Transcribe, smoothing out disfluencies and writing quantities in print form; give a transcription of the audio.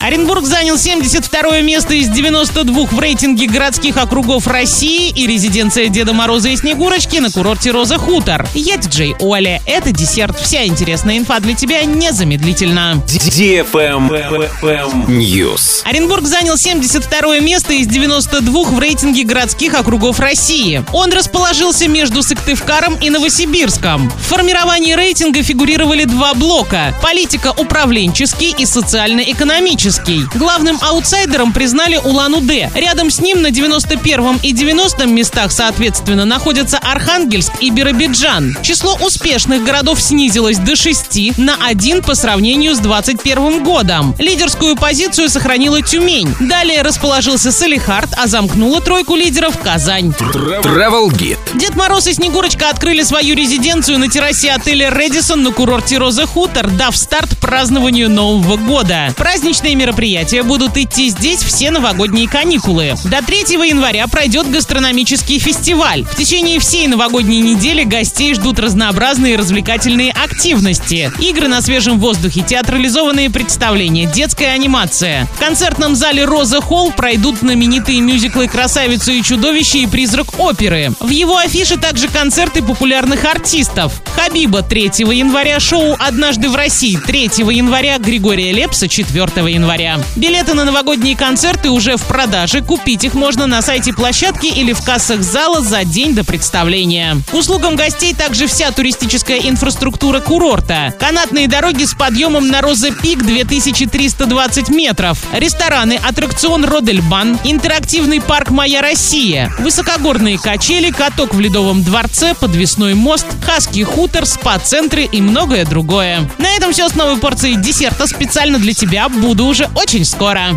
Оренбург занял 72 место из 92 в рейтинге городских округов России, и резиденция Деда Мороза и Снегурочки на курорте Роза Хутор. Я диджей Оля. Это десерт. Вся интересная инфа для тебя незамедлительно. News. Оренбург занял 72 место из 92 в рейтинге городских округов России. Он расположился между Сыктывкаром и Новосибирском. В формировании рейтинга фигурировали два блока – политико-управленческий и социально-экономический. Главным аутсайдером признали Улан-Удэ. Рядом с ним на 91-м и 90-м местах, соответственно, находятся Архангельск и Биробиджан. Число успешных городов снизилось до 6 на 1 по сравнению с 2021 годом. Лидерскую позицию сохранила Тюмень. Далее расположился Салехард, а замкнула тройку лидеров Казань. Travel Guide. Дед Мороз и Снегурочка открыли свою резиденцию на террасе отеля «Рэдисон» на курорте Роза Хутор, дав старт празднованию Нового года. Праздничные мероприятия будут идти здесь все новогодние каникулы. До 3 января пройдет гастрономический фестиваль. В течение всей новогодней недели гостей ждут разнообразные развлекательные активности. Игры на свежем воздухе, театрализованные представления, детская анимация. В концертном зале «Роза Холл» пройдут знаменитые мюзиклы «Красавица и чудовище» и «Призрак оперы». В его афише также концерты популярных артистов. Хабиба 3 января, шоу «Однажды в России» 3 января, Григория Лепса 4 января. Билеты на новогодние концерты уже в продаже. Купить их можно на сайте площадки или в кассах зала за день до представления. К услугам гостей также вся туристическая инфраструктура курорта. Канатные дороги с подъемом на Роза Пик 2320 метров. Рестораны, аттракцион Родельбан, интерактивный парк «Моя Россия», высокогорные качели, каток в Ледовом дворце, подвесной мост, Хаски Хутор, спа-центры и многое другое. На этом все с новой порцией десерта специально для тебя. Буду уже очень скоро.